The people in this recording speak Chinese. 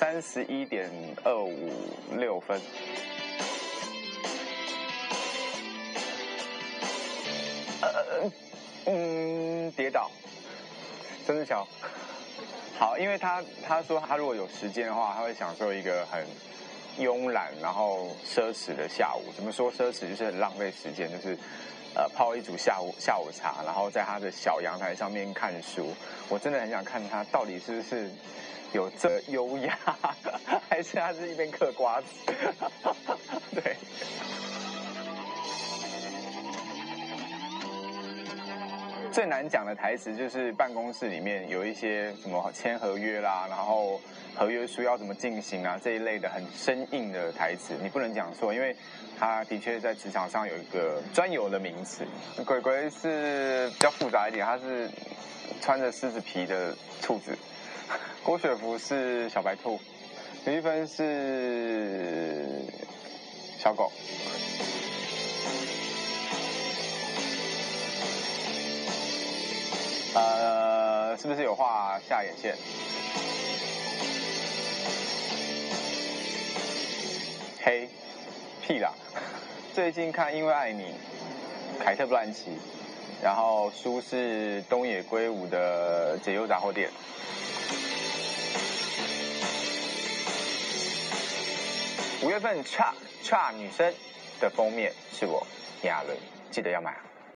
31.256分。跌倒，真的巧。好，因为他说他如果有时间的话，他会享受一个很慵懒然后奢侈的下午。怎么说奢侈？就是很浪费时间，就是泡一煮下午茶，然后在他的小阳台上面看书。我真的很想看他到底是不是有这优雅，还是他是一边嗑瓜子？对。最难讲的台词就是办公室里面有一些什么签合约啦，然后合约书要怎么进行啊这一类的很生硬的台词，你不能讲错，因为他的确在职场上有一个专有的名词。鬼鬼是比较复杂一点，他是穿着狮子皮的兔子。郭雪芙是小白兔，刘亦菲是小狗。是不是有画下眼线？黑，屁啦！最近看《因为爱你》，凯特·布兰奇，然后书是东野圭吾的《解忧杂货店》。5月份差女生的封面是我亚伦，记得要买啊。